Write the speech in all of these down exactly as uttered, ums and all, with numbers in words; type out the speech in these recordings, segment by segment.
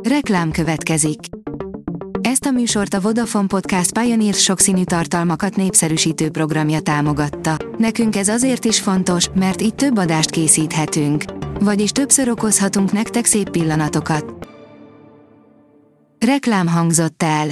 Reklám következik. Ezt a műsort a Vodafone Podcast Pioneer sokszínű tartalmakat népszerűsítő programja támogatta. Nekünk ez azért is fontos, mert így több adást készíthetünk. Vagyis többször okozhatunk nektek szép pillanatokat. Reklám hangzott el.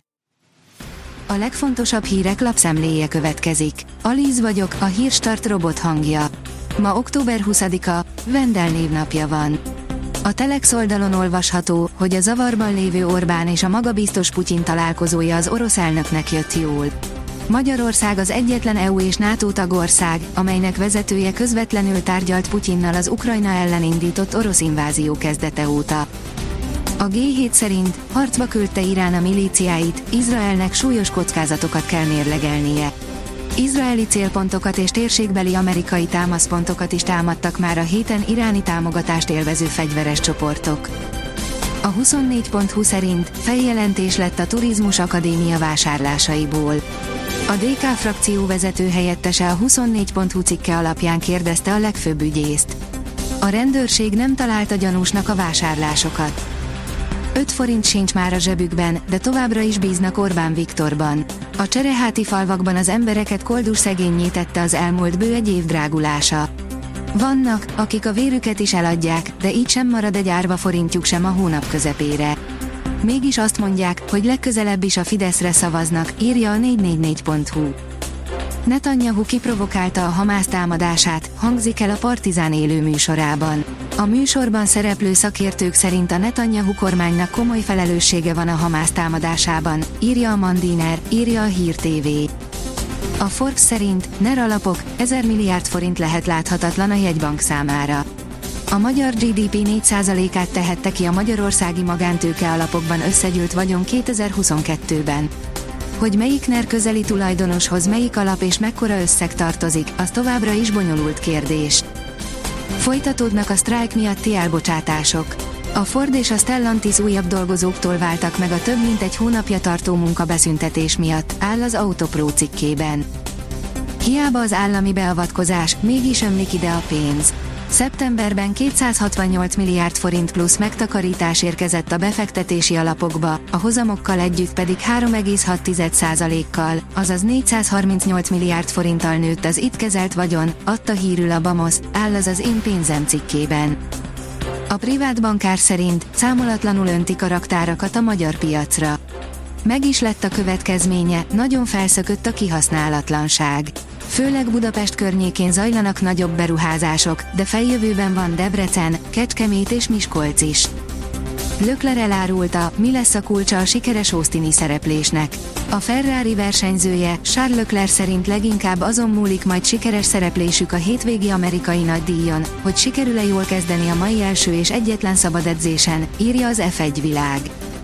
A legfontosabb hírek lapszemléje következik. Alíz vagyok, a Hírstart robot hangja. Ma október huszadika, Vendel névnapja van. A Telex oldalon olvasható, hogy a zavarban lévő Orbán és a magabiztos Putyin találkozója az orosz elnöknek jött jól. Magyarország az egyetlen é u és NATO tagország, amelynek vezetője közvetlenül tárgyalt Putyinnal az Ukrajna ellen indított orosz invázió kezdete óta. A gé hét szerint harcba küldte Irán a milíciáit, Izraelnek súlyos kockázatokat kell mérlegelnie. Izraeli célpontokat és térségbeli amerikai támaszpontokat is támadtak már a héten iráni támogatást élvező fegyveres csoportok. A huszonnégy pont hu szerint feljelentés lett a Turizmus Akadémia vásárlásaiból. A dé ká frakció vezető helyettese a huszonnégy pont hu cikke alapján kérdezte a legfőbb ügyészt. A rendőrség nem találta gyanúsnak a vásárlásokat. öt forint sincs már a zsebükben, de továbbra is bíznak Orbán Viktorban. A csereháti falvakban az embereket koldus szegénnyé tette az elmúlt bő egy év drágulása. Vannak, akik a vérüket is eladják, de így sem marad egy árva forintjuk sem a hónap közepére. Mégis azt mondják, hogy legközelebb is a Fideszre szavaznak, írja a négy négy négy pont hu. Netanyahu kiprovokálta a Hamász támadását, hangzik el a Partizán élő műsorában. A műsorban szereplő szakértők szerint a Netanyahu kormánynak komoly felelőssége van a Hamász támadásában, írja a Mandiner, írja a Hír té vé. A Forbes szerint en er alapok, ezer milliárd forint lehet láthatatlan a jegybank számára. A magyar gé dé pé négy százalékát tehette ki a magyarországi magántőke alapokban összegyűlt vagyon kétezer-huszonkettőben. Hogy melyik en er közeli tulajdonoshoz melyik alap és mekkora összeg tartozik, az továbbra is bonyolult kérdés. Folytatódnak a sztrájk miatti elbocsátások. A Ford és a Stellantis újabb dolgozóktól váltak meg a több mint egy hónapja tartó munkabeszüntetés miatt, áll az Autopro cikkében. Hiába az állami beavatkozás, mégis ömlik ide a pénz. Szeptemberben kétszázhatvannyolc milliárd forint plusz megtakarítás érkezett a befektetési alapokba, a hozamokkal együtt pedig három egész hat százalékkal, azaz négyszázharmincnyolc milliárd forinttal nőtt az itt kezelt vagyon, adta hírül a Bamosz, áll az az Én pénzem cikkében. A privát bankár szerint számolatlanul öntik a raktárakat a magyar piacra. Meg is lett a következménye, nagyon felszökött a kihasználatlanság. Főleg Budapest környékén zajlanak nagyobb beruházások, de feljövőben van Debrecen, Kecskemét és Miskolc is. Leclerc elárulta, mi lesz a kulcsa a sikeres austini szereplésnek. A Ferrari versenyzője, Charles Leclerc szerint leginkább azon múlik majd sikeres szereplésük a hétvégi amerikai nagydíjon, hogy sikerül-e jól kezdeni a mai első és egyetlen szabad edzésen, írja az ef egy világ.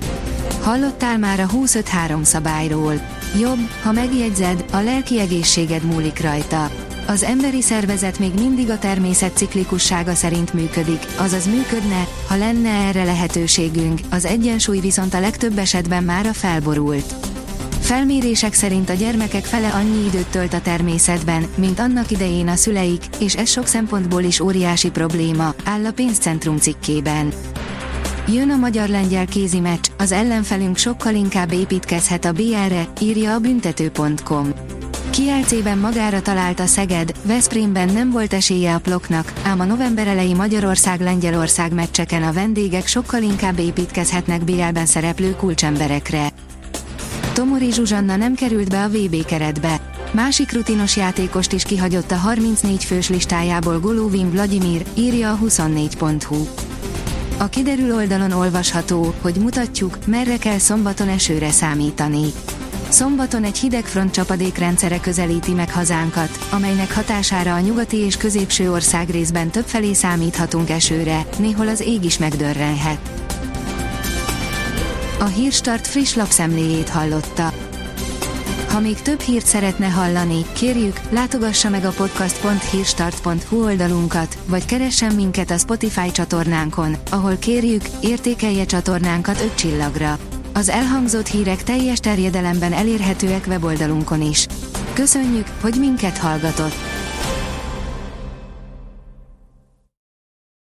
Hallottál már a huszonöt három szabályról? Jobb, ha megjegyzed, a lelki egészséged múlik rajta. Az emberi szervezet még mindig a természet ciklikussága szerint működik, azaz működne, ha lenne erre lehetőségünk, az egyensúly viszont a legtöbb esetben mára felborult. Felmérések szerint a gyermekek fele annyi időt tölt a természetben, mint annak idején a szüleik, és ez sok szempontból is óriási probléma, áll a Pénzcentrum cikkében. Jön a magyar-lengyel kézi meccs, az ellenfelünk sokkal inkább építkezhet a bé er-re, írja a büntető pont com. Kielcében magára talált a Szeged, Veszprémben nem volt esélye a Ploknak, ám a november eleji Magyarország-Lengyelország meccseken a vendégek sokkal inkább építkezhetnek bé el-ben szereplő kulcsemberekre. Tomori Zsuzsanna nem került be a vé bé keretbe. Másik rutinos játékost is kihagyott a harmincnégy fős listájából Golovin Vladimir, írja a huszonnégy pont hu. A kiderül oldalon olvasható, hogy mutatjuk, merre kell szombaton esőre számítani. Szombaton egy hideg front csapadékrendszere közelíti meg hazánkat, amelynek hatására a nyugati és középső országrészben többfelé számíthatunk esőre, néhol az ég is megdörrenhet. A Hírstart friss lapszemléjét hallotta. Ha még több hírt szeretne hallani, kérjük, látogassa meg a podcast pont hírstart pont hu oldalunkat, vagy keressen minket a Spotify csatornánkon, ahol kérjük, értékelje csatornánkat öt csillagra. Az elhangzott hírek teljes terjedelemben elérhetőek weboldalunkon is. Köszönjük, hogy minket hallgatott!